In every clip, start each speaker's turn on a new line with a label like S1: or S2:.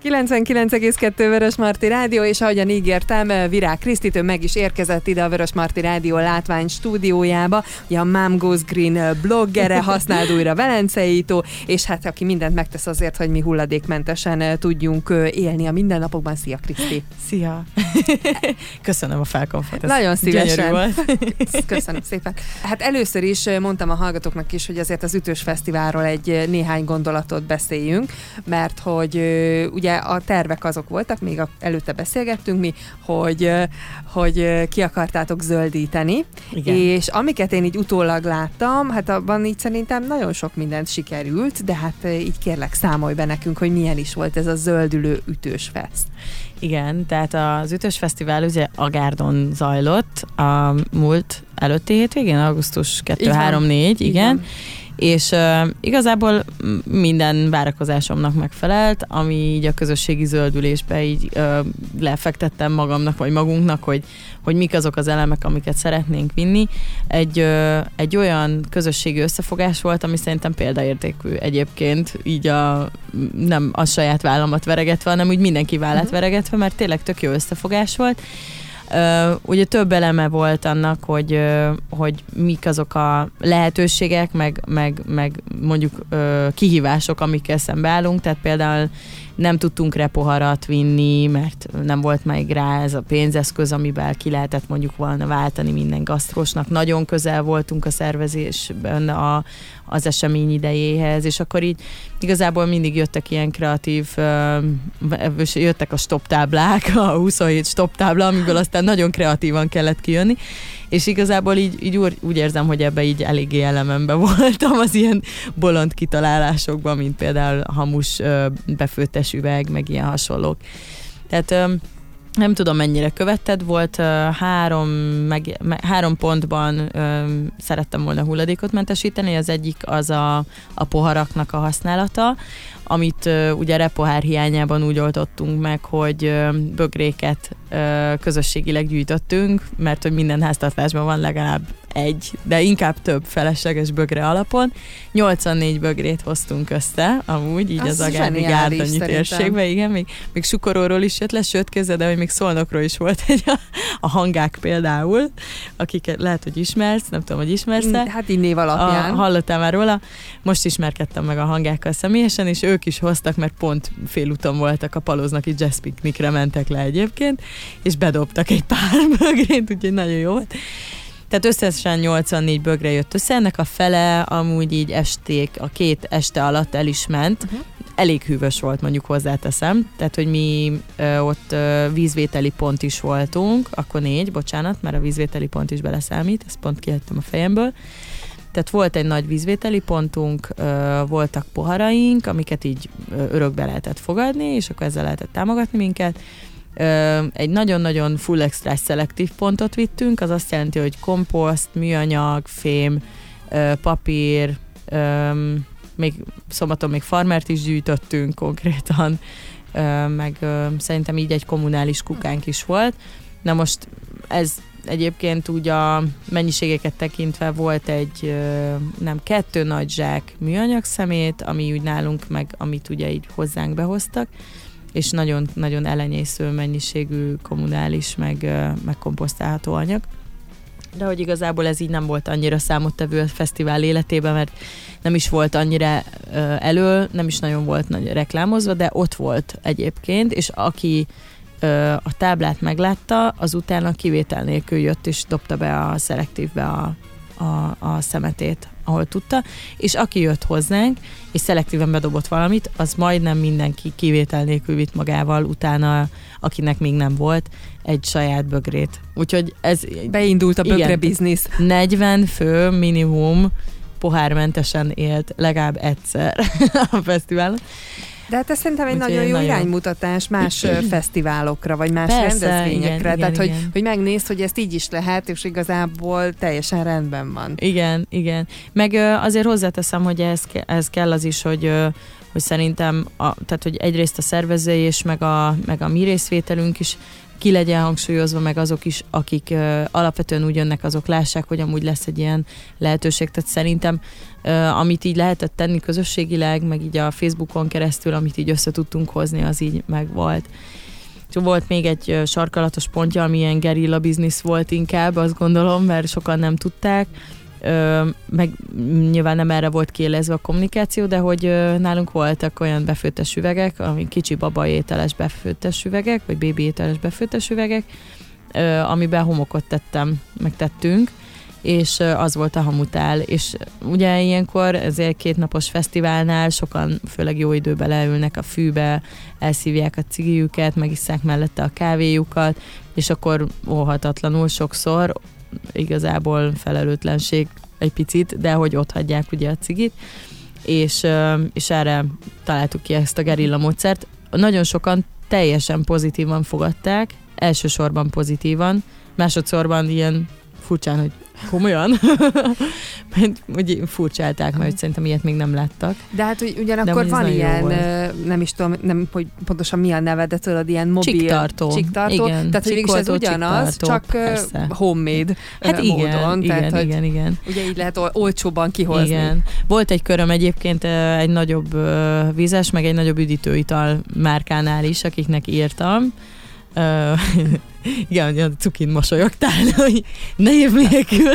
S1: 99,2 Vörösmarty Rádió, és ahogyan ígértem, Virág Krisztitől meg is érkezett ide a Vörösmarty Rádió látvány stúdiójába, ugye a Mom Goes Green bloggere, használd újra Velencei-tó, és hát aki mindent megtesz azért, hogy mi hulladékmentesen tudjunk élni a mindennapokban. Szia, Kriszti!
S2: Szia! Köszönöm a felkonfot.
S1: Nagyon szívesen. Köszönöm szépen. Hát először is mondtam a hallgatóknak is, hogy azért az Ütős Fesztiválról egy néhány gondolatot beszéljünk, mert hogy ugye a tervek azok voltak, még előtte beszélgettünk mi, hogy ki akartátok zöldíteni, igen. És amiket én így utólag láttam, hát abban így szerintem nagyon sok mindent sikerült, de hát így kérlek számolj be nekünk, hogy milyen is volt ez a zöldülő Ütős Fest.
S2: Igen, tehát az Ütős Fesztivál ugye Agárdon zajlott a múlt előtti hétvégén, augusztus 2-3-4, igen. És igazából minden várakozásomnak megfelelt, ami így a közösségi zöldülésbe így lefektettem magamnak, vagy magunknak, hogy mik azok az elemek, amiket szeretnénk vinni. Egy olyan közösségi összefogás volt, ami szerintem példaértékű egyébként, így nem a saját vállamat veregetve, hanem úgy mindenki vállát veregetve, mert tényleg tök jó összefogás volt. Ugye több eleme volt annak, hogy mik azok a lehetőségek, meg mondjuk kihívások, amikkel szembeállunk, tehát például nem tudtunk repoharat vinni, mert nem volt meg rá ez a pénzeszköz, amivel ki lehetett mondjuk volna váltani minden gasztrosnak. Nagyon közel voltunk a szervezésben az esemény idejéhez, és akkor így igazából mindig jöttek ilyen kreatív, jöttek a stoptáblák, a 27 stoptábla, amiből aztán nagyon kreatívan kellett kijönni, és igazából így úgy érzem, hogy ebbe így eléggé elememben voltam az ilyen bolond kitalálásokban, mint például hamus befőttes üveg, meg ilyen hasonlók. Tehát nem tudom, mennyire követted, volt 3 pontban szerettem volna hulladékot mentesíteni, az egyik az a poharaknak a használata, amit ugye repohár hiányában úgy oldottunk meg, hogy bögréket közösségileg gyűjtöttünk, mert hogy minden háztartásban van legalább egy, de inkább több felesleges bögre alapon. 84 bögrét hoztunk össze, amúgy, így az Agárdi Gárdonyi térségben, igen, még Sukoróról is jött le, sőt, képzeld el, hogy még Szolnokról is volt a hangák például, akiket lehet, hogy ismersz, nem tudom, hogy ismersz-e.
S1: Hát így név alapján.
S2: Hallottál már róla. Most ismerkedtem meg a hangákkal személyesen, és ők is hoztak, mert pont félúton voltak, a Palóznaki Jazz Picnicre mentek le egyébként, és bedobtak egy pár bögrét, úgyhogy nagyon jó volt. Tehát összesen 84 bögre jött össze, ennek a fele amúgy így a 2 este alatt el is ment. Elég hűvös volt, mondjuk hozzáteszem, tehát hogy mi ott vízvételi pont is voltunk, akkor 4, bocsánat, mert a vízvételi pont is beleszámít, ezt pont kihagytam a fejemből. Tehát volt egy nagy vízvételi pontunk, voltak poharaink, amiket így örökbe lehetett fogadni, és akkor ezzel lehetett támogatni minket. Egy nagyon-nagyon full extra szelektív pontot vittünk, az azt jelenti, hogy komposzt, műanyag, fém, papír, még szombaton még farmert is gyűjtöttünk konkrétan, meg szerintem így egy kommunális kukánk is volt. Na most ez egyébként úgy a mennyiségeket tekintve volt egy 2 nagy zsák műanyag szemét, ami úgy nálunk meg, amit ugye így hozzánk behoztak, és nagyon-nagyon elenyésző mennyiségű kommunális, meg komposztálható anyag. De hogy igazából ez így nem volt annyira számottevő a fesztivál életében, mert nem is volt annyira nem is nagyon volt nagy reklámozva, de ott volt egyébként, és aki a táblát meglátta, az utána kivétel nélkül jött, és dobta be a szelektívbe a szemetét, ahol tudta, és aki jött hozzánk, és szelektíven bedobott valamit, az majdnem mindenki kivétel nélkül vitt magával utána, akinek még nem volt, egy saját bögrét. Úgyhogy ez...
S1: Beindult a bögre biznisz.
S2: 40 fő minimum pohármentesen élt legalább egyszer a fesztiválon.
S1: De hát ez szerintem egy nagyon jó iránymutatás más fesztiválokra, vagy más rendezvényekre. Tehát, hogy megnézd, hogy ezt így is lehet, és igazából teljesen rendben van.
S2: Igen. Meg azért hozzáteszem, hogy ez kell az is, hogy szerintem, tehát hogy egyrészt a szervezői és meg a mi részvételünk is ki legyen hangsúlyozva, meg azok is, akik alapvetően úgy jönnek, azok lássák, hogy amúgy lesz egy ilyen lehetőség. Tehát szerintem, amit így lehetett tenni közösségileg, meg így a Facebookon keresztül, amit így össze tudtunk hozni, az így megvolt. Volt még egy sarkalatos pontja, ami ilyen gerilla biznisz volt inkább, azt gondolom, mert sokan nem tudták, meg nyilván nem erre volt kiélezve a kommunikáció, de hogy nálunk voltak olyan befőttes üvegek, ami kicsi baba ételes befőttes üvegek, vagy bébi ételes befőttes üvegek, amiben homokot tettünk, és az volt a hamutál, és ugye ilyenkor ezért 2 napos fesztiválnál sokan főleg jó időben leülnek a fűbe, elszívják a cigijüket, megisszák mellette a kávéjukat, és akkor óhatatlanul sokszor igazából felelőtlenség egy picit, de hogy ott hagyják ugye a cigit, és erre találtuk ki ezt a gerilla módszert. Nagyon sokan teljesen pozitívan fogadták, elsősorban pozitívan, másodszorban ilyen furcsán, hogy komolyan? Úgy furcsálták, mert szerintem ilyet még nem láttak.
S1: De hát ugyanakkor van ilyen, nem is tudom, nem, hogy pontosan mi a neve, de tudod, ilyen mobil
S2: Csiktartó.
S1: Igen, tehát végülis ez ugyanaz, csak homemade módon.
S2: Igen.
S1: Ugye így lehet olcsóban kihozni. Igen.
S2: Volt egy köröm egyébként egy nagyobb vízes, meg egy nagyobb üdítőital márkánál is, akiknek írtam. Igen, a cukin mosolyogtál, hogy név nélkül,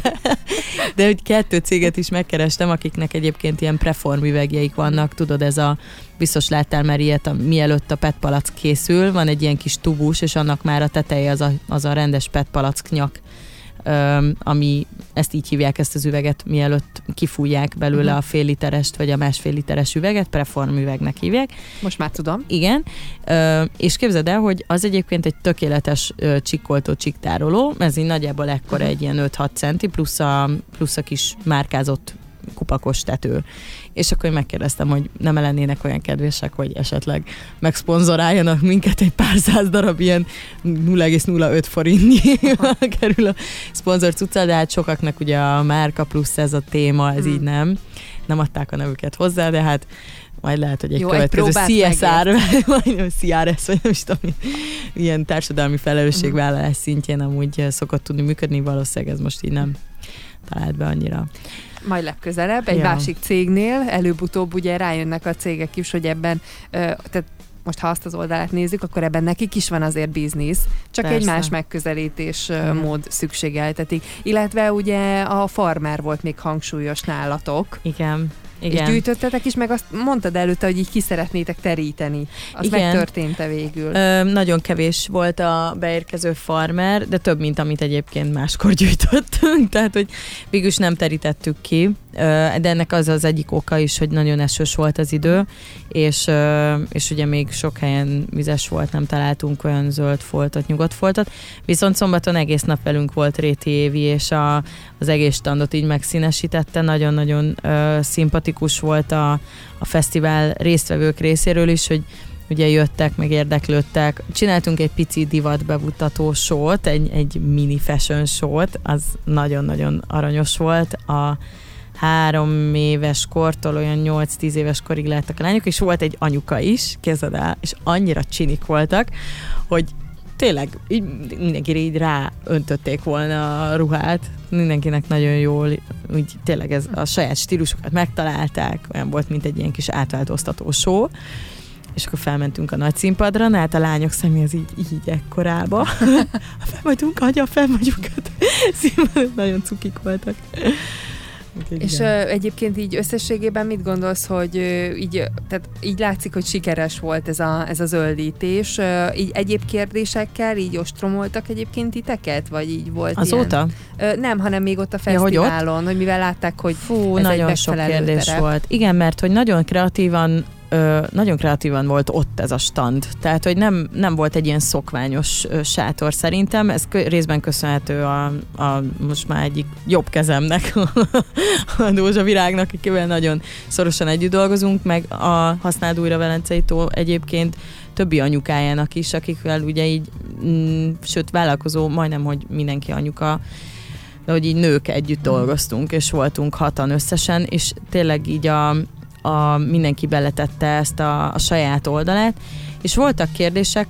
S2: de hogy 2 céget is megkerestem, akiknek egyébként ilyen preform üvegjeik vannak, tudod, ez a, biztos láttál már ilyet, mielőtt a PET palack készül, van egy ilyen kis tubus, és annak már a teteje az a rendes PET palack nyak, ami, ezt így hívják, ezt az üveget, mielőtt kifújják belőle a fél literest, vagy a 1,5 literes üveget, preform üvegnek hívják.
S1: Most már tudom.
S2: Igen, és képzeld el, hogy az egyébként egy tökéletes csikkoltó csiktároló, ez így nagyjából ekkora egy ilyen 5-6 centi, plusz a kis márkázott kupakos tető. És akkor én megkérdeztem, hogy nem lennének olyan kedvések, hogy esetleg megszponzoráljanak minket egy pár száz darab ilyen 0,05 forintnyi kerül a szponzor cuccal, de hát sokaknak ugye a márka plusz ez a téma, ez így nem adták a nevüket hozzá, de hát majd lehet, hogy egy következő CSR, vagy CRS, vagy nem is tudom, ilyen társadalmi felelősségvállalás szintjén amúgy szokott tudni működni, valószínűleg ez most így nem talált be annyira.
S1: Majd legközelebb, egy másik cégnél, előbb-utóbb ugye rájönnek a cégek is, hogy ebben, tehát most ha azt az oldalát nézzük, akkor ebben nekik is van azért biznisz, csak persze. Egy más megközelítés mód szükségeltetik. Illetve ugye a farmer volt még hangsúlyos nálatok.
S2: Igen.
S1: És gyűjtöttetek is, meg azt mondtad előtte, hogy így ki szeretnétek teríteni. Az megtörtént-e végül?
S2: Nagyon kevés volt a beérkező farmer, de több, mint amit egyébként máskor gyűjtöttünk. Tehát, hogy végülis nem terítettük ki, de ennek az egyik oka is, hogy nagyon esős volt az idő, és ugye még sok helyen vizes volt, nem találtunk olyan zöld foltot, nyugodt foltot. Viszont szombaton egész nap velünk volt Réti Évi, és az egész standot így megszínesítette. Nagyon-nagyon szimpatikus volt a fesztivál résztvevők részéről is, hogy ugye jöttek, meg érdeklődtek. Csináltunk egy pici divatbemutató show-t, egy mini fashion show-t, az nagyon-nagyon aranyos volt. A 3 éves kortól olyan 8-10 éves korig láttak a lányok, és volt egy anyuka is, képzeld el, és annyira csinik voltak, hogy tényleg így mindenkire így ráöntötték volna a ruhát. Mindenkinek nagyon jól, úgy tényleg ez a saját stílusokat megtalálták, olyan volt, mint egy ilyen kis átváltoztató show. És akkor felmentünk a nagy színpadra, hát a lányok személyez így ekkorába. Fel vagyunk, fel vagyunk. Nagyon cukik voltak.
S1: És egyébként így összességében mit gondolsz, hogy így látszik, hogy sikeres volt ez a zöldítés. Így egyéb kérdésekkel így ostromoltak egyébként titeket? Vagy így volt
S2: azóta?
S1: Ilyen? Nem, hanem még ott a fesztiválon, hogy mivel látták, hogy ez
S2: nagyon
S1: egy
S2: sok kérdés
S1: terep.
S2: volt. Igen, mert hogy nagyon kreatívan volt ott ez a stand. Tehát, hogy nem volt egy ilyen szokványos sátor szerintem. Ez részben köszönhető a most már egyik jobb kezemnek, a Dózsa Virágnak, akivel nagyon szorosan együtt dolgozunk, meg a Használd újra Velencei tó egyébként többi anyukájának is, akikkel ugye így, sőt vállalkozó, majdnem, hogy mindenki anyuka, de hogy így nők együtt dolgoztunk, és voltunk 6-an összesen, és tényleg így mindenki beletette ezt a saját oldalát, és voltak kérdések,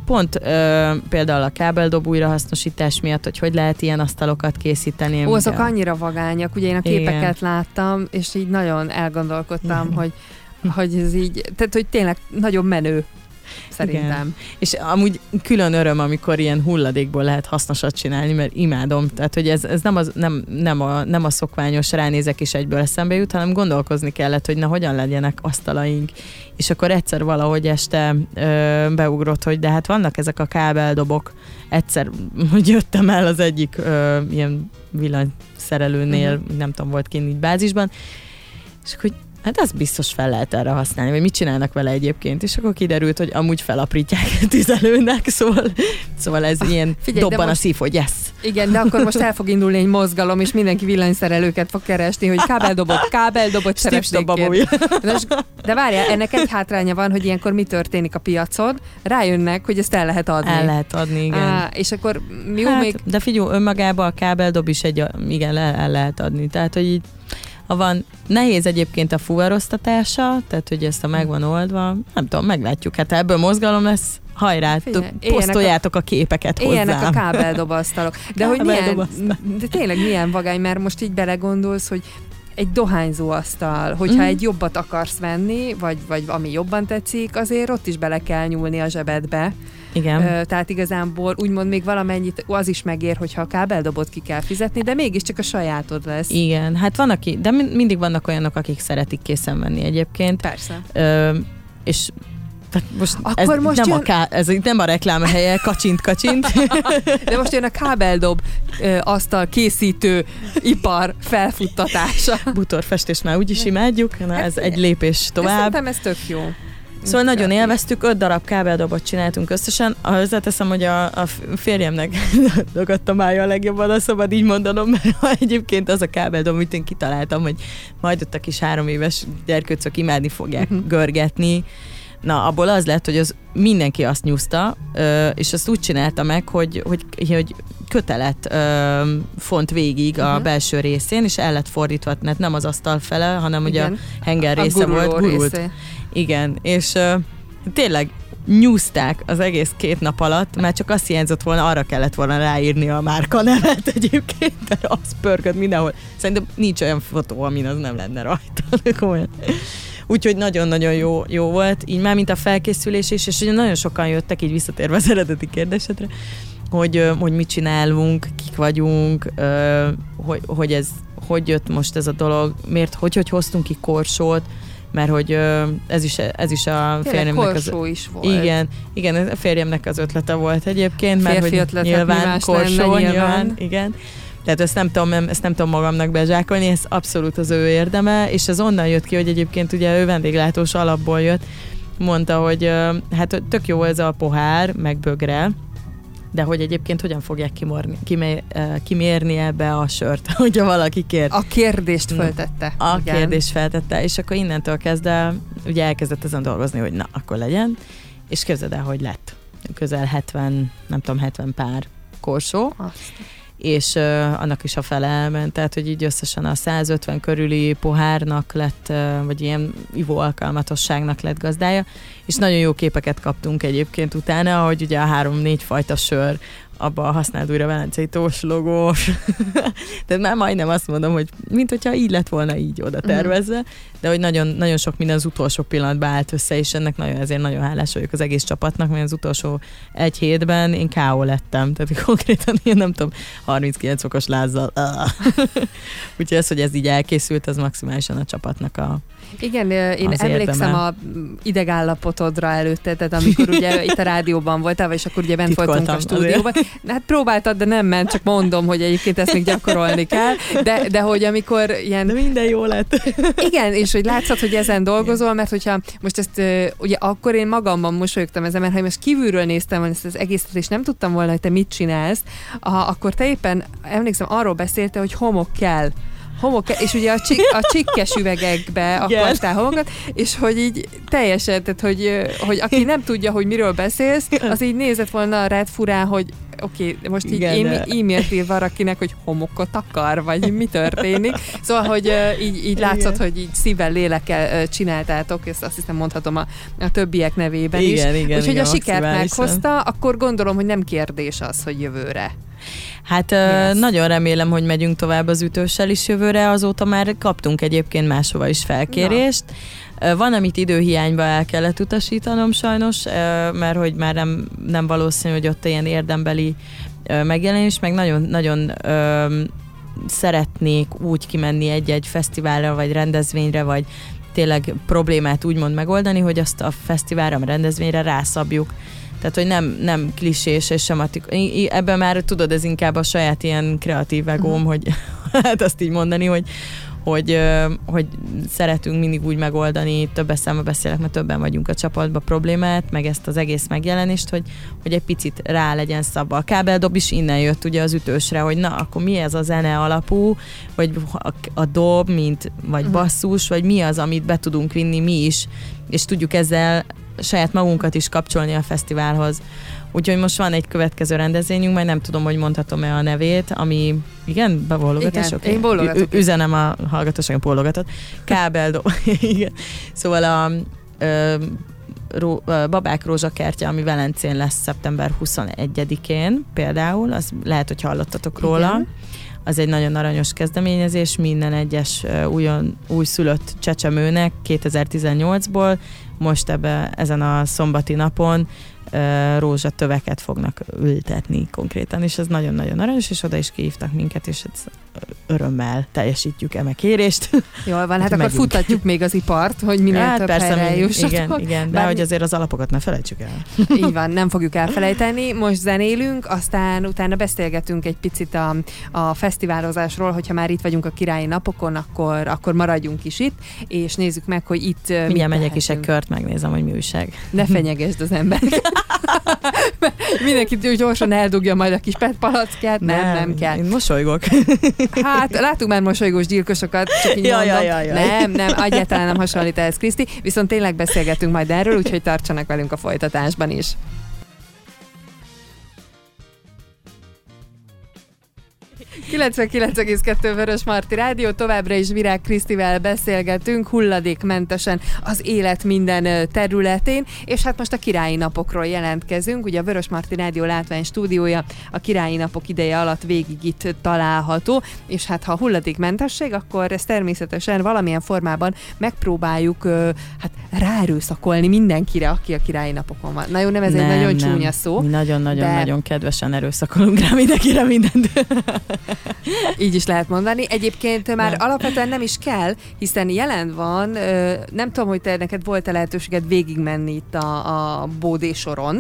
S2: pont például a kábeldob újrahasznosítás miatt, hogy lehet ilyen asztalokat készíteni.
S1: Azok annyira vagányak, ugye én a képeket láttam, és így nagyon elgondolkodtam, hogy ez így, tehát hogy tényleg nagyon menő. Szerintem.
S2: Igen. És amúgy külön öröm, amikor ilyen hulladékból lehet hasznosat csinálni, mert imádom. Tehát, hogy ez nem a szokványos ránézek és egyből eszembe jut, hanem gondolkozni kellett, hogy na, hogyan legyenek asztalaink. És akkor egyszer valahogy este beugrott, hogy de hát vannak ezek a kábeldobok. Egyszer, hogy jöttem el az egyik ilyen villanyszerelőnél, nem tudom, volt kint így bázisban, és hogy hát azt biztos fel lehet erre használni, vagy mit csinálnak vele egyébként, és akkor kiderült, hogy amúgy felaprítják a tüzelőnek, szóval ez ilyen figyelj, dobban a szív, hogy yes.
S1: Igen, de akkor most el fog indulni egy mozgalom, és mindenki villanyszerelőket fog keresni, hogy kábeldobot szeresnék kérni. De várjál, ennek egy hátránya van, hogy ilyenkor mi történik a piacon, rájönnek, hogy ezt el lehet adni.
S2: El lehet adni, igen.
S1: És akkor jó még...
S2: De figyelj, önmagában a kábeldob is igen, el lehet adni, tehát hogy így van, nehéz egyébként a fuvaroztatása, tehát hogy ezt a meg van oldva, nem tudom, meglátjuk, hát ebből mozgalom lesz, hajrá, posztoljátok a képeket hozzám.
S1: Ilyenek a kábeldobasztalok. De hogy de tényleg milyen vagány, mert most így belegondolsz, hogy egy dohányzó asztal, hogyha egy jobbat akarsz venni, vagy ami jobban tetszik, azért ott is bele kell nyúlni a zsebedbe.
S2: Igen.
S1: Tehát igazából úgymond még valamennyit az is megér, hogyha a kábeldobot ki kell fizetni, de mégiscsak a sajátod lesz.
S2: Igen, hát van, de mindig vannak olyanok, akik szeretik készen venni egyébként.
S1: Persze.
S2: És most
S1: akkor most
S2: ez nem a reklám helye, kacsint.
S1: De most jön a kábeldob asztal készítő ipar felfuttatása.
S2: Bútorfestés már úgyis imádjuk, na ez egy lépés tovább.
S1: Szerintem ez tök jó.
S2: Szóval nagyon élveztük, 5 darab kábeldobot csináltunk összesen. Hozzáteszem, hogy a férjemnek dagadt a mája a legjobban, a szabad így mondanom, mert egyébként az a kábeldob, amit én kitaláltam, hogy majd ott a kis 3 éves gyerkőcök imádni fogják görgetni. Na, abból az lett, hogy az mindenki azt nyúzta, és azt úgy csinálta meg, hogy kötelet font végig a belső részén, és el lett fordítva, mert nem az asztal fele, hanem ugye a henger része volt, gurult. Igen, és tényleg nyúzták az egész 2 nap alatt, már csak azt hiányzott volna, arra kellett volna ráírni a márka nevet egyébként, mert az pörgött mindenhol. Szerintem nincs olyan fotó, amin az nem lenne rajta. Úgyhogy nagyon-nagyon jó volt, így már mint a felkészülés is, és ugye nagyon sokan jöttek, így visszatérve az eredeti kérdésedre, hogy mit csinálunk, kik vagyunk, hogy jött most ez a dolog, miért, hogy hoztunk ki korsót, mert hogy ez is a férjemnek
S1: korsó is volt.
S2: Igen, a férjemnek az ötlete volt egyébként, mert
S1: férfi
S2: hogy nyilván korsó, nyilván, igen. Tehát ezt nem tudom magamnak bezsákolni, ez abszolút az ő érdeme, és ez onnan jött ki, hogy egyébként ugye ő vendéglátós alapból jött, mondta, hogy hát tök jó ez a pohár, meg bögre, de hogy egyébként hogyan fogják kimérni ebbe a sört, hogyha valaki kér.
S1: A kérdést feltette.
S2: Kérdést feltette, és akkor innentől kezdve ugye elkezdett ezen dolgozni, hogy na, akkor legyen, és képzeld el, hogy lett közel 70 pár korsó, és annak is a fele elment, tehát hogy így összesen a 150 körüli pohárnak lett, vagy ilyen ivó alkalmatosságnak lett gazdája, és nagyon jó képeket kaptunk egyébként utána, hogy ugye a 3-4 fajta sör, abban használd újra Velencei Tós logós. Tehát már majdnem azt mondom, hogy mint hogyha így lett volna így oda tervezve, de hogy nagyon, nagyon sok minden az utolsó pillanatban állt össze, és ennek ezért nagyon hálás vagyok az egész csapatnak, mert az utolsó 1 hétben én K.O. lettem, tehát konkrétan én nem tudom, 39 fokos lázzal. Úgyhogy ez, hogy ez így elkészült, az maximálisan a csapatnak
S1: igen, én emlékszem a idegállapotodra előtte, tehát amikor ugye itt a rádióban voltál, és akkor ugye bent voltunk a stúdióban. Hát próbáltad, de nem ment, csak mondom, hogy egyébként ezt még gyakorolni kell, de hogy amikor ilyen...
S2: De minden jó lett.
S1: Igen, és hogy látszod, hogy ezen dolgozol, mert hogyha most ezt, ugye akkor én magamban mosolyogtam ezen, mert ha most kívülről néztem ezt az egészet, és nem tudtam volna, hogy te mit csinálsz, akkor te éppen, emlékszem, arról beszéltél, hogy homok kell, és ugye a csikkes üvegekbe akartál homokat, és hogy így teljesen, tehát hogy aki nem tudja, hogy miről beszélsz, az így nézett volna rád furán, hogy oké, most így
S2: Igen,
S1: e-mailt ír valakinek, hogy homokot akar, vagy mi történik. Szóval, hogy így látszott, hogy így szívvel, lélekkel csináltátok, ezt azt hiszem mondhatom a többiek nevében is.
S2: Igen,
S1: úgyhogy
S2: igen,
S1: a sikert meghozta, akkor gondolom, hogy nem kérdés az, hogy jövőre.
S2: Hát nagyon remélem, hogy megyünk tovább az ütőssel is jövőre, azóta már kaptunk egyébként máshova is felkérést. Van, amit időhiányba el kellett utasítanom sajnos, mert hogy már nem valószínű, hogy ott ilyen érdembeli megjelenés, meg nagyon szeretnék úgy kimenni egy-egy fesztiválra, vagy rendezvényre, vagy tényleg problémát úgymond megoldani, hogy azt a fesztiválra, a rendezvényre rászabjuk. Tehát, hogy nem klisés és ebben már tudod, ez inkább a saját ilyen kreatív egóm, hogy hát azt így mondani, hogy szeretünk mindig úgy megoldani, többes számba beszélek, mert többen vagyunk a csapatban problémát, meg ezt az egész megjelenést, hogy egy picit rá legyen szabva. A kábeldob is innen jött ugye az ütősre, hogy na, akkor mi ez a zene alapú, vagy a dob, vagy basszus, vagy mi az, amit be tudunk vinni mi is, és tudjuk ezzel saját magunkat is kapcsolni a fesztiválhoz. Úgyhogy most van egy következő rendezvényünk, majd nem tudom, hogy mondhatom-e a nevét, ami, igen, bebólogatás?
S1: Igen, én bólogatok.
S2: Üzenem a hallgatóságon, bólogatott. Kábeldob. Igen. Szóval a Babák Rózsakertje, ami Velencén lesz szeptember 21-én például, az lehet, hogy hallottatok róla. Igen. Az egy nagyon aranyos kezdeményezés, minden egyes újszülött csecsemőnek 2018-ból most ezen a szombati napon rózsatöveket fognak ültetni konkrétan, és ez nagyon-nagyon aranyos, és oda is kihívtak minket, és örömmel teljesítjük eme kérést.
S1: Jól van, hát akkor futatjuk még az ipart, hogy minél több helyre jussatok.
S2: Igen, de hogy azért az alapokat ne felejtsük el.
S1: Így van, nem fogjuk elfelejteni. Most zenélünk, aztán utána beszélgetünk egy picit a fesztiválozásról, hogyha már itt vagyunk a Királyi Napokon, akkor maradjunk is itt, és nézzük meg, hogy itt
S2: mindjárt megyek is egy kört, megnézem, hogy mi újság.
S1: Ne fenyegesd az ember. Mindenki gyorsan eldugja majd a kis palackját, nem kell.
S2: Én mosolygok.
S1: Hát, látunk már mosolygós gyilkosokat, csak így mondom. Nem, egyáltalán nem hasonlít ehhez, Kriszti, viszont tényleg beszélgetünk majd erről, úgyhogy tartsanak velünk a folytatásban is. Vörösmarty Rádió, továbbra is Virág Krisztivel beszélgetünk hulladékmentesen az élet minden területén, és hát most a Királyi Napokról jelentkezünk. Ugye a Vörösmarty Rádió látvány stúdiója a Királyi Napok ideje alatt végig itt található, és hát ha hulladékmentesség, akkor ezt természetesen valamilyen formában megpróbáljuk ráerőszakolni mindenkire, aki a Királyi Napokon van. Na jó, ez egy nagyon csúnya szó.
S2: Mi nagyon kedvesen erőszakolunk rá mindenkire mindent.
S1: Így is lehet mondani. Egyébként már alapvetően nem is kell, hiszen jelen van, nem tudom, hogy te neked volt-e lehetőséged végigmenni itt a Bódé soron,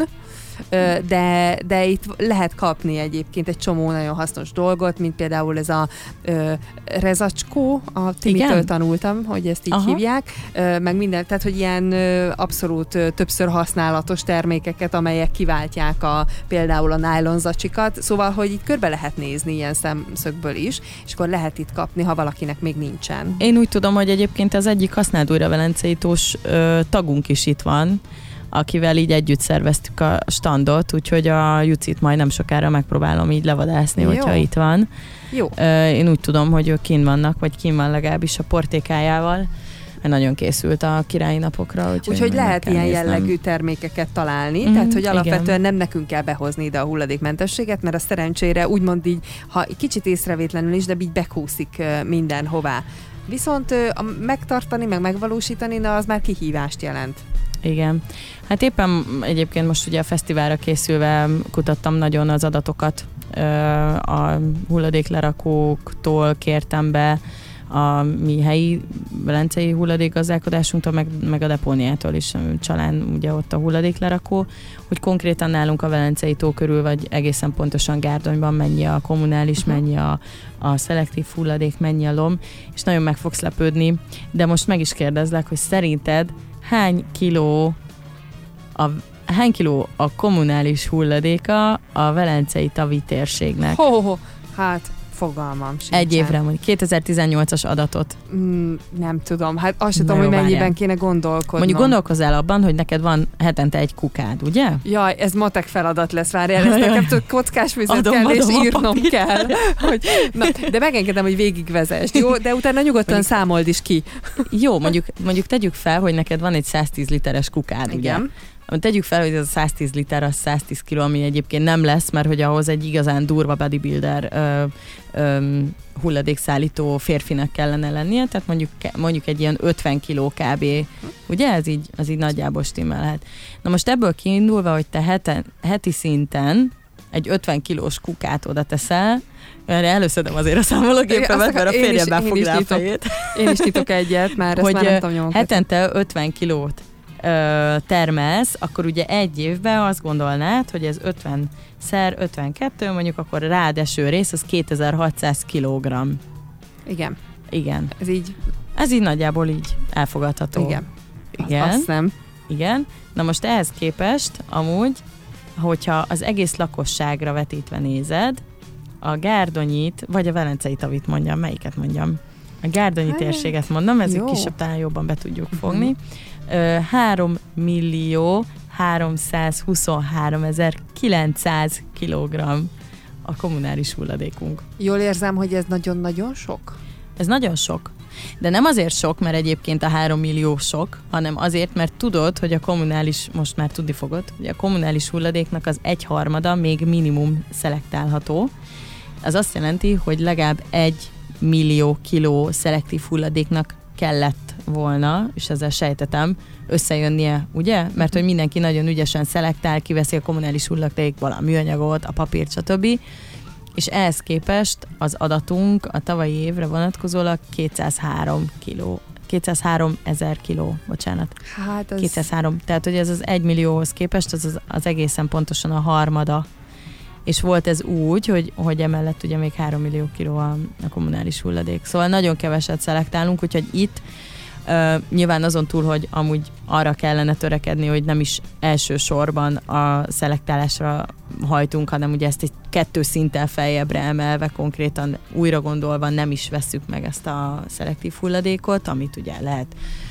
S1: de itt lehet kapni egyébként egy csomó nagyon hasznos dolgot, mint például ez a rezacskó, a Timitől tanultam, hogy ezt így hívják, meg minden, tehát hogy ilyen abszolút többször használatos termékeket, amelyek kiváltják például a nájlonzacsikat, szóval, hogy itt körbe lehet nézni ilyen szemszögből is, és akkor lehet itt kapni, ha valakinek még nincsen.
S2: Én úgy tudom, hogy egyébként az egyik használd újra Velencei Tós tagunk is itt van, akivel így együtt szerveztük a standot, úgyhogy a Jucit majd nem sokára megpróbálom így levadászni, hogyha itt van.
S1: Jó.
S2: Én úgy tudom, hogy ők kint vannak, vagy kint van legalábbis a portékájával, mert nagyon készült a Királyi Napokra.
S1: Úgyhogy lehet ilyen jellegű termékeket találni, tehát hogy alapvetően nem nekünk kell behozni ide a hulladékmentességet, mert a szerencsére úgymond így, ha kicsit észrevétlenül is, de így bekúszik mindenhová. Viszont megtartani, meg megvalósítani, az már kihívást jelent.
S2: Igen. Hát éppen egyébként most ugye a fesztiválra készülve kutattam nagyon az adatokat, a hulladéklerakóktól kértem be a mi helyi velencei hulladékgazdálkodásunktól, meg a depóniától is, Csalán ugye ott a hulladéklerakó, hogy konkrétan nálunk a Velencei tó körül, vagy egészen pontosan Gárdonyban mennyi a kommunális, mennyi a szelektív hulladék, mennyi a lom, és nagyon meg fogsz lepődni, de most meg is kérdezlek, hogy szerinted hány kiló a kommunális hulladéka a velencei tavi térségnek?
S1: Hát Fogalmam sincsen.
S2: Egy évre mondjuk 2018-as adatot.
S1: Nem tudom, hát azt sem tudom, hogy mennyiben kéne gondolkodnom.
S2: Mondjuk gondolkozzál abban, hogy neked van hetente egy kukád, ugye?
S1: Jaj, ez matek feladat lesz, várjál, ezt nekem csak kockás vizet kell, és írnom kell. Hogy, na, de megengedem, hogy végigvezesd, jó? De utána nyugodtan számold is ki.
S2: Jó, mondjuk tegyük fel, hogy neked van egy 110 literes kukád,
S1: igen.
S2: Ugye? Tegyük fel, hogy ez a 110 liter, az 110 kg, ami egyébként nem lesz, mert hogy ahhoz egy igazán durva bodybuilder hulladékszállító férfinak kellene lennie, tehát mondjuk egy ilyen 50 kg kb. Ugye? Ez így nagyjából stimmelhet. Na most ebből kiindulva, hogy te heti szinten egy 50 kilós kukát oda teszel, erre előszedem azért a számológépemet, mert a férjemmel fog rá a fejét.
S1: Én is nyitok egyet, már ezt már nem tudom nyomkodni.
S2: Hetente 50 kilót termelsz, akkor ugye egy évben azt gondolnád, hogy ez 50x52, mondjuk akkor rád eső rész, az 2600 kilogramm.
S1: Igen.
S2: Igen.
S1: Ez
S2: így nagyjából így elfogadható.
S1: Igen. Azt nem.
S2: Igen. Na most ehhez képest amúgy, hogyha az egész lakosságra vetítve nézed, a Gárdonyit, vagy a Velencei tavit mondjam, melyiket mondjam? A Gárdonyi térséget mondom, ez egy kisebb, talán jobban be tudjuk fogni. 3.323.900 kilogramm a kommunális hulladékunk.
S1: Jól érzem, hogy ez nagyon-nagyon sok?
S2: Ez nagyon sok. De nem azért sok, mert egyébként a 3 millió sok, hanem azért, mert tudod, hogy a kommunális, most már tudni fogod, hogy a kommunális hulladéknak az 1/3 még minimum szelektálható. Az azt jelenti, hogy legalább 1 millió kiló szelektív hulladéknak kellett volna, és ezzel sejtetem, összejönnie, ugye? Mert hogy mindenki nagyon ügyesen szelektál, kiveszi a kommunális hulladékból a műanyagot, a papírt, stb. És ehhez képest az adatunk a tavalyi évre vonatkozólag 203 ezer kiló, bocsánat.
S1: Hát az...
S2: 203, tehát hogy ez az 1 millióhoz képest az egészen pontosan a harmada. És volt ez úgy, hogy emellett ugye még 3 millió kiló a kommunális hulladék. Szóval nagyon keveset szelektálunk, úgyhogy itt nyilván azon túl, hogy amúgy arra kellene törekedni, hogy nem is elsősorban a szelektálásra hajtunk, hanem ugye ezt egy 2 szinttel feljebbre emelve, konkrétan újra gondolva nem is vesszük meg ezt a szelektív hulladékot, amit ugye lehet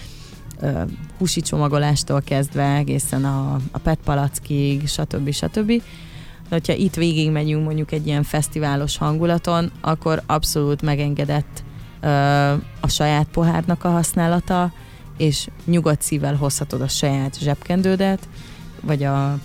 S2: húsi csomagolástól kezdve egészen a PET palackig, stb. De hogyha itt végigmegyünk mondjuk egy ilyen fesztiválos hangulaton, akkor abszolút megengedett a saját pohárnak a használata, és nyugodt szívvel hozhatod a saját zsebkendődet, vagy a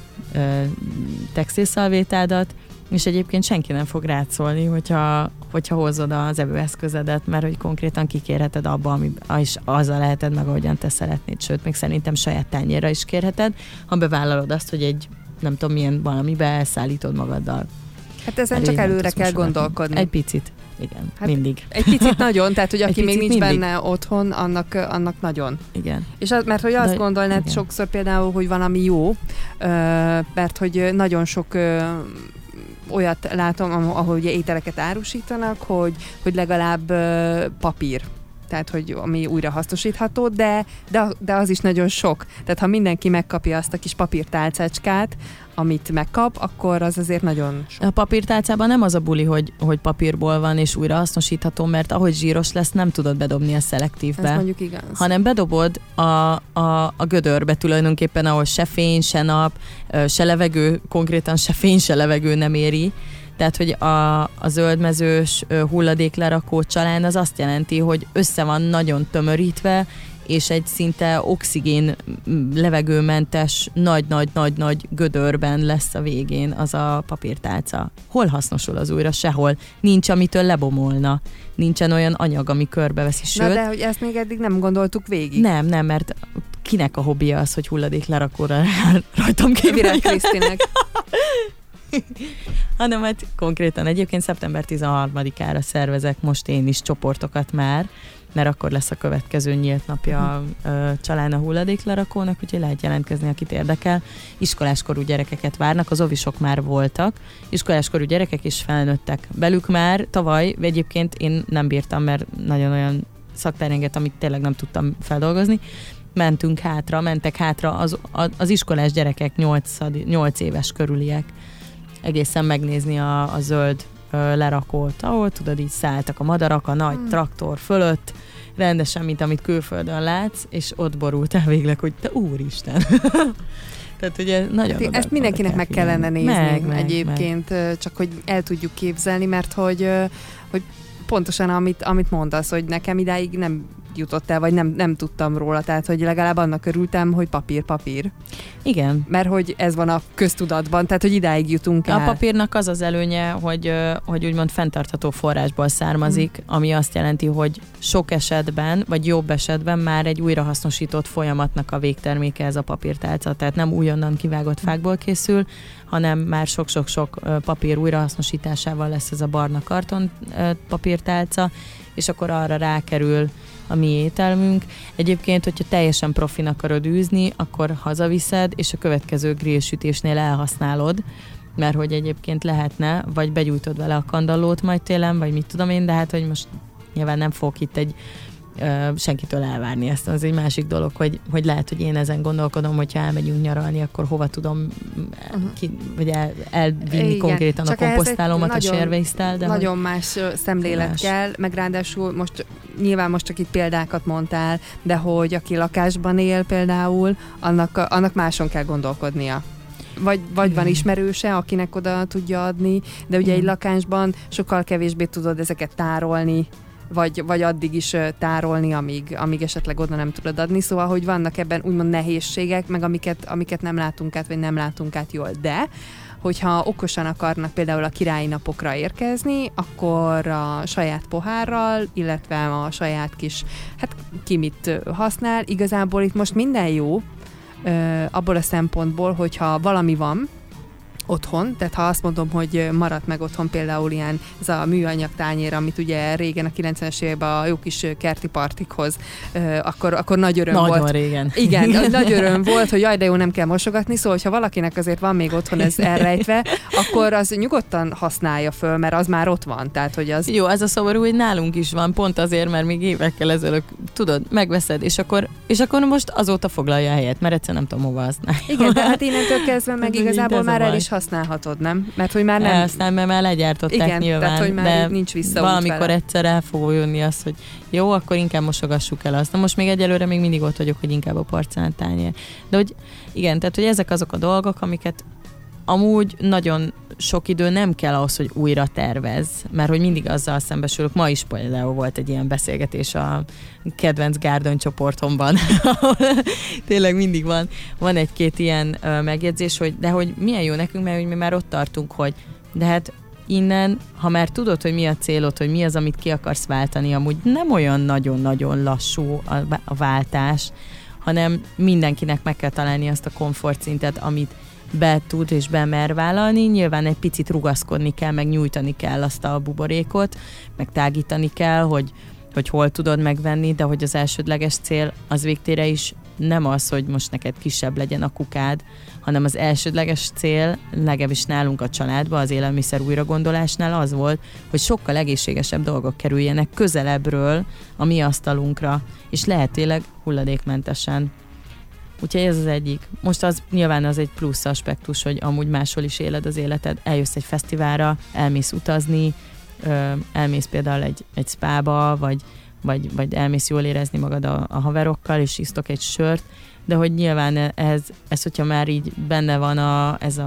S2: textilszalvétádat, és egyébként senki nem fog rád szólni, hogyha hozod az evőeszközedet, mert hogy konkrétan kikérheted abba, és azzal leheted meg, ahogyan te szeretnéd, sőt, még szerintem saját tányérra is kérheted, ha bevállalod azt, hogy egy nem tudom milyen valamibe elszállítod magaddal.
S1: Hát ezen csak előre kell gondolkodni.
S2: Egy picit. Igen, hát mindig.
S1: Egy picit nagyon, tehát hogy aki még nincs mindig benne otthon, annak nagyon.
S2: Igen.
S1: És mert hogy azt gondolnád igen. Sokszor például, hogy valami jó, mert hogy nagyon sok olyat látom, ahol ugye ételeket árusítanak, hogy legalább papír. Tehát, hogy ami újra hasznosítható, de az is nagyon sok. Tehát, ha mindenki megkapja azt a kis papírtálcácskát, amit megkap, akkor az azért nagyon sok.
S2: A papírtálcában nem az a buli, hogy papírból van és újra hasznosítható, mert ahogy zsíros lesz, nem tudod bedobni a szelektívbe.
S1: Ez mondjuk igaz.
S2: Hanem bedobod a gödörbe tulajdonképpen, ahol se fény, se nap, se levegő, konkrétan se fény, se levegő nem éri. Tehát, hogy a zöldmezős hulladéklerakó csalán az azt jelenti, hogy össze van nagyon tömörítve, és egy szinte oxigén levegőmentes nagy gödörben lesz a végén az a papírtálca. Hol hasznosul az újra? Sehol. Nincs, amitől lebomolna. Nincsen olyan anyag, ami körbeveszi. Sőt,
S1: na de hogy ezt még eddig nem gondoltuk végig.
S2: Nem, mert kinek a hobbija az, hogy hulladéklerakóra rajtam kívül?
S1: Virág Krisztinek.
S2: Hanem hát konkrétan egyébként szeptember 13-ára szervezek most én is csoportokat már, mert akkor lesz a következő nyílt napja csalán a hulladéklerakónak, úgyhogy lehet jelentkezni, akit érdekel. Iskoláskorú gyerekeket várnak, az ovisok már voltak, iskoláskorú gyerekek is felnőttek belük már. Tavaly egyébként én nem bírtam, mert nagyon olyan szakterjenget, amit tényleg nem tudtam feldolgozni. Mentek hátra az iskolás gyerekek 8 éves körüliek egészen megnézni a zöld lerakót, ahol tudod, így szálltak a madarak a nagy traktor fölött, rendesen, mint amit külföldön látsz, és ott borult el végleg, hogy te úristen! Tehát ugye nagyon
S1: ezt mindenkinek meg kellene nézni egyébként, csak hogy el tudjuk képzelni, mert hogy pontosan amit mondasz, hogy nekem idáig nem jutott el, vagy nem tudtam róla, tehát hogy legalább annak örültem, hogy papír.
S2: Igen.
S1: Mert hogy ez van a köztudatban, tehát hogy idáig jutunk el.
S2: A papírnak az az előnye, hogy úgymond fenntartható forrásból származik, ami azt jelenti, hogy sok esetben, vagy jobb esetben már egy újrahasznosított folyamatnak a végterméke ez a papírtálca, tehát nem újonnan kivágott fákból készül, hanem már sok-sok-sok papír újrahasznosításával lesz ez a barna karton papírtálca, és akkor arra rákerül a mi ételmünk. Egyébként, hogyha teljesen profin akarod űzni, akkor hazaviszed, és a következő grillsütésnél elhasználod, mert hogy egyébként lehetne, vagy begyújtod vele a kandallót majd télen, vagy mit tudom én, de hát, hogy most nyilván nem fogok itt senkitől elvárni ezt. Az egy másik dolog, hogy lehet, hogy én ezen gondolkodom, hogyha elmegyünk nyaralni, akkor hova tudom vagy elvinni konkrétan a komposztálómat a sérvésztel. De
S1: nagyon más szemlélet kell, meg ráadásul nyilván most csak itt példákat mondtál, de hogy aki lakásban él például, annak máson kell gondolkodnia. Vagy van ismerőse, akinek oda tudja adni, de ugye egy lakásban sokkal kevésbé tudod ezeket tárolni, vagy addig is tárolni, amíg esetleg oda nem tudod adni. Szóval, hogy vannak ebben úgymond nehézségek, meg amiket nem látunk át, vagy nem látunk át jól. De, hogyha okosan akarnak például a királyi napokra érkezni, akkor a saját pohárral, illetve a saját kis, ki mit használ. Igazából itt most minden jó, abból a szempontból, hogyha valami van otthon, tehát ha azt mondom, hogy maradt meg otthon például ilyen ez a műanyag tányér, amit ugye régen a 90-es években a jó kis kerti partikhoz, akkor nagy öröm volt.
S2: Nagyon régen.
S1: Igen, nagy öröm volt, hogy jaj, de jó, nem kell mosogatni, szóval, hogyha valakinek azért van még otthon ez elrejtve, akkor az nyugodtan használja föl, mert az már ott van. Tehát, hogy az...
S2: Jó, ez a szomorú, hogy nálunk is van, pont azért, mert még évekkel ezelőtt, tudod, megveszed, és akkor most azóta foglalja a helyet, mert egyszer nem tudom hova használni.
S1: Igen, de hát innentől kezdve meg igazából már el is használhatod, nem? Mert hogy már nem...
S2: Aztán, mert már legyártották.
S1: Igen,
S2: nyilván,
S1: tehát, hogy már
S2: de
S1: nincs visszaút
S2: valamikor
S1: vele.
S2: egyszer el fog jönni az, hogy jó, akkor inkább mosogassuk el azt. Na most még egyelőre még mindig ott vagyok, hogy inkább a porcelántányér. De hogy igen, tehát hogy ezek azok a dolgok, amiket amúgy nagyon sok idő nem kell ahhoz, hogy újra tervezz, mert hogy mindig azzal szembesülök. Ma is például volt egy ilyen beszélgetés a kedvenc Gárdony csoportomban, ahol tényleg mindig van egy-két ilyen megjegyzés, hogy milyen jó nekünk, mert mi már ott tartunk, hogy de hát innen, ha már tudod, hogy mi a célod, hogy mi az, amit ki akarsz váltani, amúgy nem olyan nagyon-nagyon lassú a váltás, hanem mindenkinek meg kell találni azt a komfortszintet, amit be tud és bemer vállalni. Nyilván egy picit rugaszkodni kell, meg nyújtani kell azt a buborékot, meg tágítani kell, hogy hol tudod megvenni, de hogy az elsődleges cél az végtére is nem az, hogy most neked kisebb legyen a kukád, hanem az elsődleges cél, legalábbis nálunk a családban, az élelmiszer újragondolásnál az volt, hogy sokkal egészségesebb dolgok kerüljenek közelebbről a mi asztalunkra, és lehetőleg hulladékmentesen. Úgyhogy ez az egyik. Most az nyilván az egy plusz aspektus, hogy amúgy máshol is éled az életed. Eljössz egy fesztiválra, elmész utazni, elmész például egy spába, vagy elmész jól érezni magad a haverokkal, és isztok egy sört, de hogy nyilván ez hogyha már így benne van ez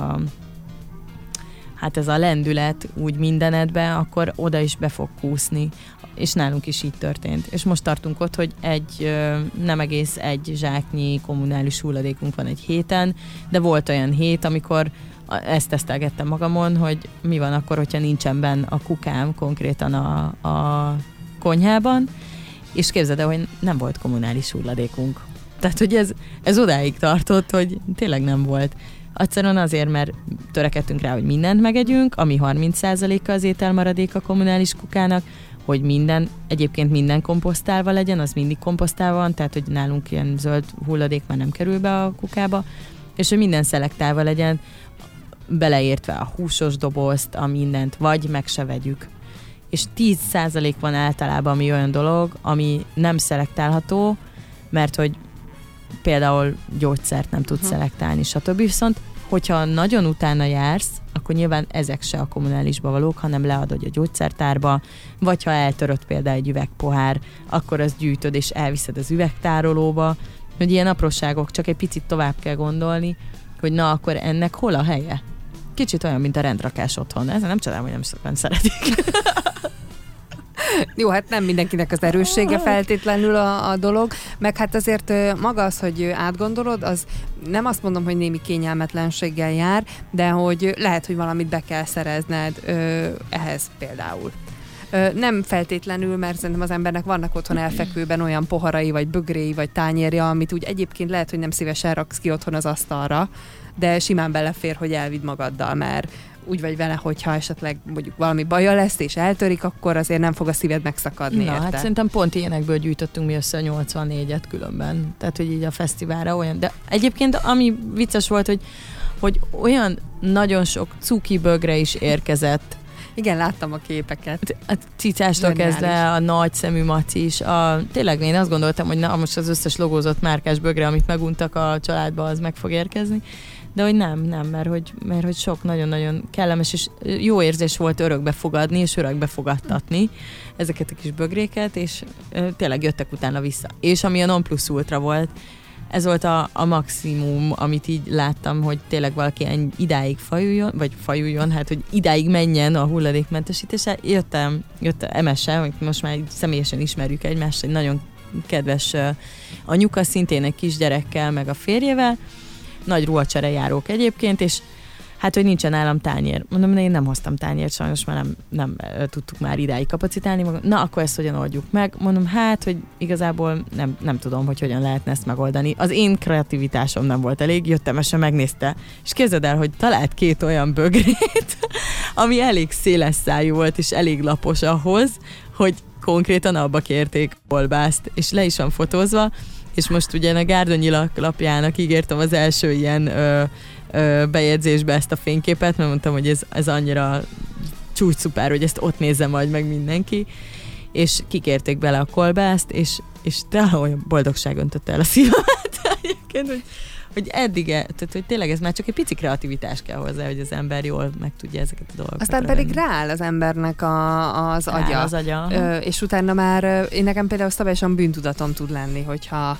S2: a lendület úgy mindenedben, akkor oda is be fog kúszni. És nálunk is így történt. És most tartunk ott, hogy nem egész egy zsáknyi kommunális hulladékunk van egy héten, de volt olyan hét, amikor ezt tesztelgettem magamon, hogy mi van akkor, hogyha nincsen benne a kukám konkrétan a konyhában, és képzeld el, hogy nem volt kommunális hulladékunk. Tehát, hogy ez odáig tartott, hogy tényleg nem volt. Egyszerűen azért, mert törekedtünk rá, hogy mindent megegyünk, ami 30%-a az ételmaradék a kommunális kukának, hogy egyébként minden komposztálva legyen, az mindig komposztálva van, tehát hogy nálunk ilyen zöld hulladék már nem kerül be a kukába, és hogy minden szelektálva legyen, beleértve a húsos dobozt, a mindent, vagy meg se vegyük. És 10% van általában ami olyan dolog, ami nem szelektálható, mert hogy például gyógyszert nem tud szelektálni, stb. Viszont hogyha nagyon utána jársz, akkor nyilván ezek se a kommunálisba valók, hanem leadod a gyógyszertárba, vagy ha eltörött például egy üvegpohár, akkor azt gyűjtöd és elviszed az üvegtárolóba, hogy ilyen apróságok, csak egy picit tovább kell gondolni, hogy na akkor ennek hol a helye? Kicsit olyan, mint a rendrakás otthon. Ezzel nem csodálom, hogy nem sokan szeretik.
S1: Jó, hát nem mindenkinek az erőssége feltétlenül a dolog, meg hát azért maga az, hogy átgondolod, az nem azt mondom, hogy némi kényelmetlenséggel jár, de hogy lehet, hogy valamit be kell szerezned ehhez például. Nem feltétlenül, mert szerintem az embernek vannak otthon elfekvőben olyan poharai, vagy bögréi, vagy tányérja, amit úgy egyébként lehet, hogy nem szívesen raksz ki otthon az asztalra, de simán belefér, hogy elvidd magaddal, mert úgy vagy vele, hogyha esetleg mondjuk valami baja lesz, és eltörik, akkor azért nem fog a szíved megszakadni,
S2: Na,
S1: érte?
S2: hát szerintem pont ilyenekből gyűjtöttünk mi össze a 84-et különben. Tehát, hogy így a fesztiválra olyan. De egyébként ami vicces volt, hogy olyan nagyon sok cuki bögre is érkezett.
S1: Igen, láttam a képeket.
S2: A cicástól kezdve a nagy szemű maci is. Tényleg én azt gondoltam, hogy na, most az összes logózott márkás bögre, amit meguntak a családba, az meg fog érkezni. De hogy nem, mert hogy sok nagyon-nagyon kellemes, és jó érzés volt örökbe fogadni, és örökbe fogadtatni ezeket a kis bögréket, és tényleg jöttek utána vissza. És ami a non plus ultra volt, ez volt a maximum, amit így láttam, hogy tényleg valaki idáig fajuljon, hát hogy idáig menjen a hulladékmentesítésre. Jöttem MS-sel, most már személyesen ismerjük egymást, egy nagyon kedves anyuka, szintén egy kisgyerekkel, meg a férjével, nagy ruhacsere járók egyébként, és hát, hogy nincsen nálam tányér. Mondom, én nem hoztam tányért, sajnos már nem tudtuk már idáig kapacitálni. Na, akkor ezt hogyan oldjuk meg? Mondom, hát, hogy igazából nem tudom, hogy hogyan lehetne ezt megoldani. Az én kreativitásom nem volt elég, jöttem, és megnézte. És képzeld el, hogy talált 2 olyan bögrét, ami elég széles szájú volt, és elég lapos ahhoz, hogy konkrétan abba kérték kolbászt, és le is van fotózva, és most ugye a Gárdonyilak lapjának ígértem az első ilyen bejegyzésbe ezt a fényképet, mert mondtam, hogy ez annyira csúcsszupár, hogy ezt ott nézze majd meg mindenki, és kikérték bele a kolbászt, és tényleg olyan boldogság öntötte el a szívemet, hogy eddig, tehát hogy tényleg ez már csak egy pici kreativitás kell hozzá, hogy az ember jól meg tudja ezeket a dolgokat.
S1: Aztán pedig rááll az embernek az agya. És utána már én nekem például szabályosan bűntudatom tud lenni, hogyha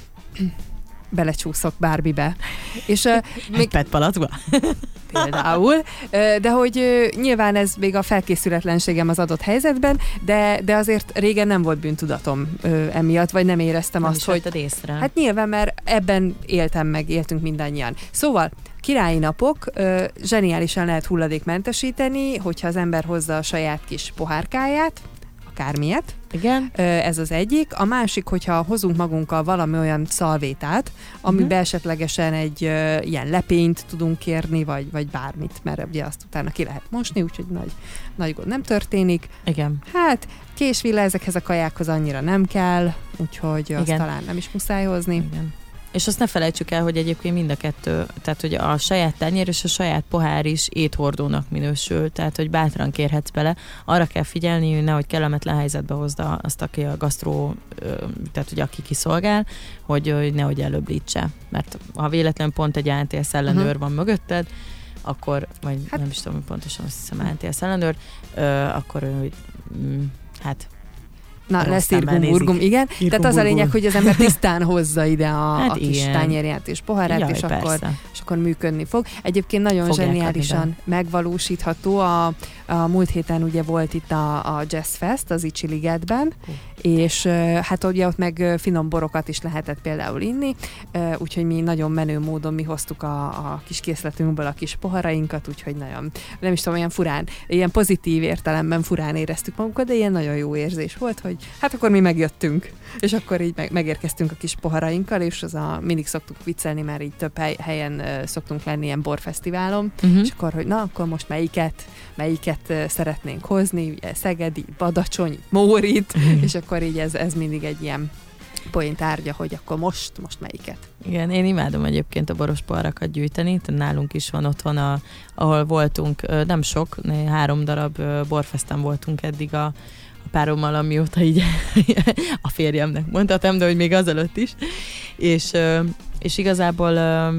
S1: belecsúszok bármibe. És
S2: még petpalacba?
S1: Például. De hogy nyilván ez még a felkészületlenségem az adott helyzetben, de azért régen nem volt bűntudatom emiatt, vagy nem éreztem
S2: nem
S1: azt, hogy...
S2: észre.
S1: Hát nyilván, mert ebben éltünk mindannyian. Szóval királyi napok, zseniálisan lehet hulladékmentesíteni, hogyha az ember hozza a saját kis pohárkáját, akármilyet.
S2: Igen.
S1: Ez az egyik. A másik, hogyha hozunk magunkkal valami olyan szalvétát, amiben esetlegesen egy ilyen lepényt tudunk kérni, vagy bármit, mert ugye azt utána ki lehet mosni, úgyhogy nagy gond nem történik.
S2: Igen.
S1: Hát késvilla ezekhez a kajákhoz annyira nem kell, úgyhogy azt talán nem is muszáj hozni.
S2: Igen. És azt ne felejtsük el, hogy egyébként mind a kettő, tehát hogy a saját tányér és a saját pohár is éthordónak minősül, tehát hogy bátran kérhetsz bele. Arra kell figyelni, hogy nehogy kellemetlen helyzetbe hozd azt, aki a gasztró, tehát hogy aki kiszolgál, hogy nehogy előblítse. Mert ha véletlenül pont egy ANTS ellenőr van mögötted, akkor, vagy hát, nem is tudom, pontosan azt hiszem ANTS ellenőr, akkor hát
S1: na, lesz irgum, igen. Tehát az a lényeg, hogy az ember tisztán hozza ide a kis tányérját és pohárát, és akkor működni fog. Egyébként nagyon zseniálisan megvalósítható. A múlt héten ugye volt itt a Jazz Fest az Icsi Ligetben, és hát ugye ott meg finom borokat is lehetett például inni, úgyhogy mi nagyon menő módon mi hoztuk a kis készletünkből a kis poharainkat, úgyhogy nagyon, nem is tudom, olyan furán, ilyen pozitív értelemben furán éreztük magunkat, de ilyen nagyon jó érzés volt, hogy hát akkor mi megjöttünk, és akkor így megérkeztünk a kis poharainkkal, és mindig szoktuk viccelni, mert így több helyen szoktunk lenni ilyen borfesztiválon, és akkor, hogy na, akkor most melyiket szeretnénk hozni, ugye Szegedi, Badacsony, Mórit, és akkor így ez mindig egy ilyen poén tárgya, hogy akkor most melyiket.
S2: Igen, én imádom egyébként a boros poharakat gyűjteni, nálunk is van otthon, ahol voltunk, nem sok, 3 darab borfeszten voltunk eddig a párommal, amióta így a férjemnek mondhatom, de hogy még azelőtt is. És igazából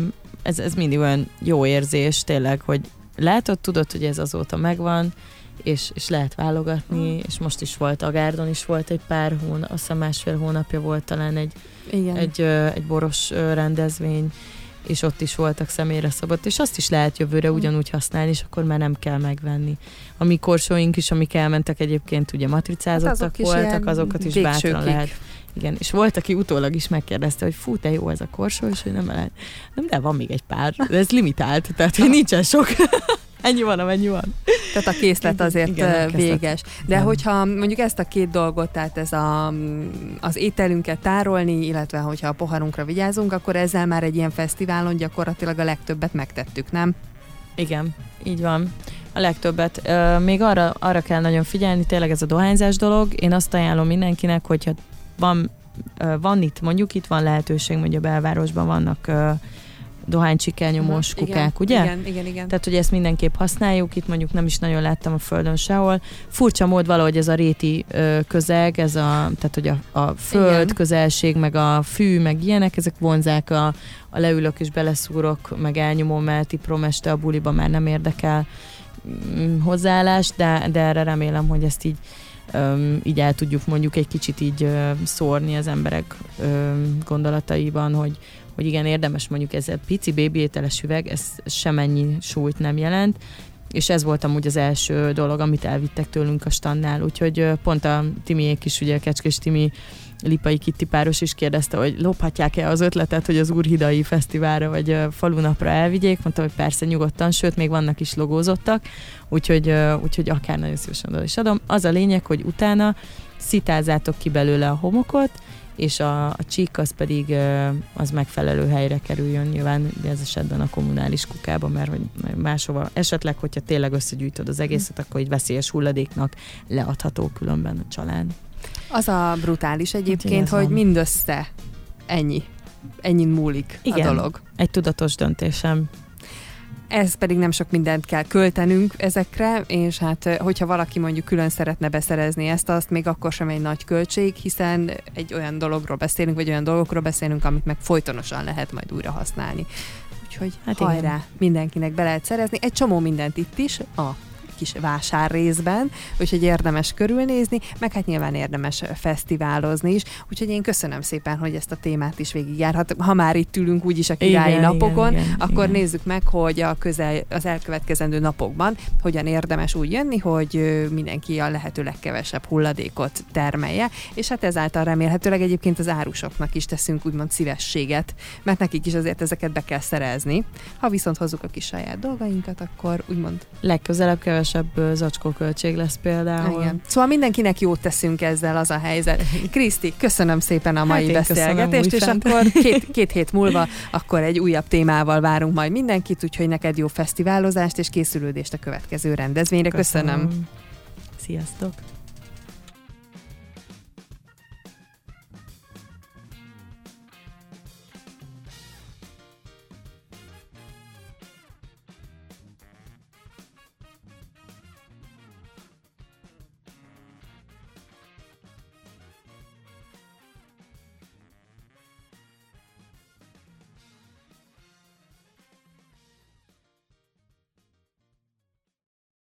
S2: ez mindig olyan jó érzés tényleg, hogy látod, tudod, hogy ez azóta megvan, és lehet válogatni, és most is volt, Agárdon is volt egy pár azt hiszem 1,5 hónapja volt talán egy boros rendezvény, és ott is voltak személyre szabott, és azt is lehet jövőre ugyanúgy használni, és akkor már nem kell megvenni. A mi korsóink is, amik elmentek egyébként, ugye matricázottak voltak, azokat is bátran lehet. Igen, és volt, aki utólag is megkérdezte, hogy fú, de jó ez a korsó, és hogy nem lehet. Nem, de van még egy pár, de ez limitált, tehát hogy nincsen sok. Ennyi van, amennyi van.
S1: Tehát a készlet azért igen, véges. De igen. Hogyha mondjuk ezt a két dolgot, tehát ez az ételünket tárolni, illetve hogyha a poharunkra vigyázunk, akkor ezzel már egy ilyen fesztiválon gyakorlatilag a legtöbbet megtettük, nem?
S2: Igen, így van. A legtöbbet. Még arra kell nagyon figyelni, tényleg ez a dohányzás dolog. Én azt ajánlom mindenkinek, hogyha van itt van lehetőség, mondjuk a belvárosban vannak dohánycsikelnyomós kukák, ugye?
S1: Igen.
S2: Tehát, hogy ezt mindenképp használjuk, itt mondjuk nem is nagyon láttam a földön sehol. Furcsa mód valahogy ez a réti közeg, tehát, hogy a föld igen. közelség, meg a fű, meg ilyenek, ezek vonzák a leülök és beleszúrok, meg elnyomom, mert tiprom este a buliba már nem érdekel hozzáállás, de erre remélem, hogy ezt így el tudjuk mondjuk egy kicsit így szórni az emberek gondolataiban, hogy igen, érdemes mondjuk ez a pici bébiételes üveg, ez semennyi súlyt nem jelent, és ez volt amúgy az első dolog, amit elvittek tőlünk a standnál, úgyhogy pont a Timiék is, ugye a Kecskés Timi Lipai Kitti páros is kérdezte, hogy lophatják-e az ötletet, hogy az Úrhidai Fesztiválra vagy falunapra elvigyék, mondta, hogy persze nyugodtan, sőt, még vannak is logózottak, úgyhogy akár nagyon szívesen oda is adom. Az a lényeg, hogy utána szitázzátok ki belőle a homokot, és a csík az pedig az megfelelő helyre kerüljön nyilván, de ez esetben a kommunális kukába, mert hogy máshova esetleg, hogyha tényleg összegyűjtöd az egészet, akkor egy veszélyes hulladéknak leadható különben a család.
S1: Az a brutális egyébként, hogy mindössze ennyin múlik igen, a dolog.
S2: Egy tudatos döntésem.
S1: Ez pedig nem sok mindent kell költenünk ezekre, és hát hogyha valaki mondjuk külön szeretne beszerezni ezt-azt, még akkor sem egy nagy költség, hiszen egy olyan dologról beszélünk, vagy olyan dolgokról beszélünk, amit meg folytonosan lehet majd újra használni. Úgyhogy hát hajrá, igen. Mindenkinek be lehet szerezni. Egy csomó mindent itt is, a kis vásárrészben, úgyhogy érdemes körülnézni, meg hát nyilván érdemes fesztiválozni is, úgyhogy én köszönöm szépen, hogy ezt a témát is végigjárhatok. Ha már itt ülünk úgyis a királyi napokon, akkor nézzük meg, hogy az elkövetkezendő napokban hogyan érdemes úgy jönni, hogy mindenki a lehető legkevesebb hulladékot termelje, és hát ezáltal remélhetőleg egyébként az árusoknak is teszünk úgymond szívességet, mert nekik is azért ezeket be kell szerezni. Ha viszont hozzuk a kis saját dolgainkat, akkor úgymond
S2: legközelebb kevesebb zacskóköltség lesz például.
S1: Igen. Szóval mindenkinek jót teszünk ezzel, az a helyzet. Kriszti, köszönöm szépen a mai beszélgetést, és akkor két hét múlva akkor egy újabb témával várunk majd mindenkit, úgyhogy neked jó fesztiválozást és készülődést a következő rendezvényre. Köszönöm.
S2: Sziasztok!